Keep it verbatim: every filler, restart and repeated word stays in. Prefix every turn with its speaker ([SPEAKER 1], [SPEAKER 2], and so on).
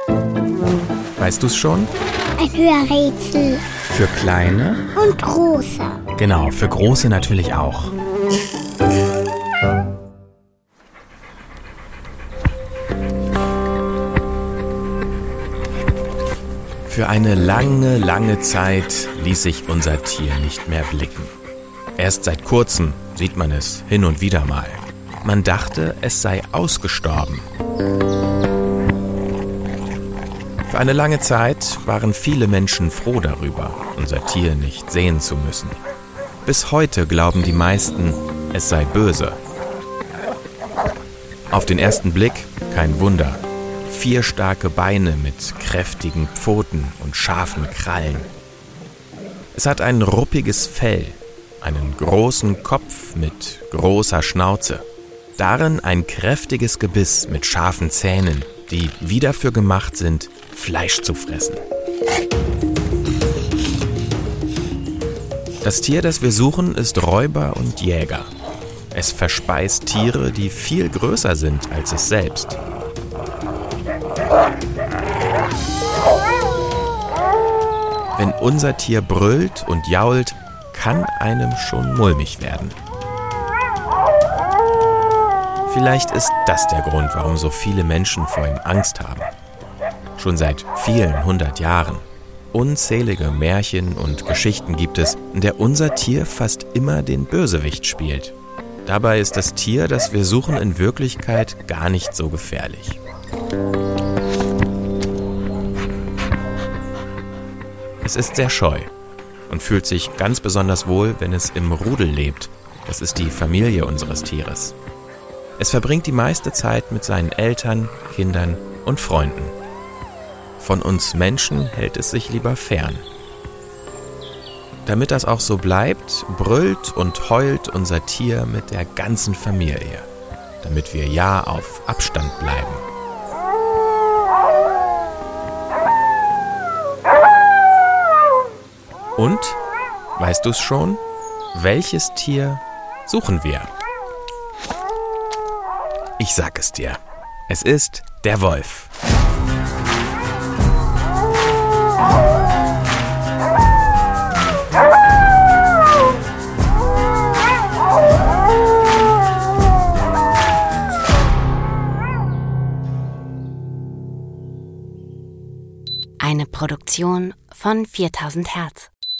[SPEAKER 1] Weißt du's schon?
[SPEAKER 2] Ein Hörrätsel.
[SPEAKER 1] Für Kleine?
[SPEAKER 2] Und Große.
[SPEAKER 1] Genau, für Große natürlich auch. Für eine lange, lange Zeit ließ sich unser Tier nicht mehr blicken. Erst seit kurzem sieht man es hin und wieder mal. Man dachte, es sei ausgestorben. Für eine lange Zeit waren viele Menschen froh darüber, unser Tier nicht sehen zu müssen. Bis heute glauben die meisten, es sei böse. Auf den ersten Blick kein Wunder. Vier starke Beine mit kräftigen Pfoten und scharfen Krallen. Es hat ein ruppiges Fell, einen großen Kopf mit großer Schnauze. Darin ein kräftiges Gebiss mit scharfen Zähnen, die wie dafür gemacht sind, Fleisch zu fressen. Das Tier, das wir suchen, ist Räuber und Jäger. Es verspeist Tiere, die viel größer sind als es selbst. Wenn unser Tier brüllt und jault, kann einem schon mulmig werden. Vielleicht ist das der Grund, warum so viele Menschen vor ihm Angst haben. Schon seit vielen hundert Jahren. Unzählige Märchen und Geschichten gibt es, in der unser Tier fast immer den Bösewicht spielt. Dabei ist das Tier, das wir suchen, in Wirklichkeit gar nicht so gefährlich. Es ist sehr scheu und fühlt sich ganz besonders wohl, wenn es im Rudel lebt. Das ist die Familie unseres Tieres. Es verbringt die meiste Zeit mit seinen Eltern, Kindern und Freunden. Von uns Menschen hält es sich lieber fern. Damit das auch so bleibt, brüllt und heult unser Tier mit der ganzen Familie, damit wir ja auf Abstand bleiben. Und, weißt du's schon? Welches Tier suchen wir? Ich sag es dir. Es ist der Wolf.
[SPEAKER 3] Eine Produktion von viertausend Hertz.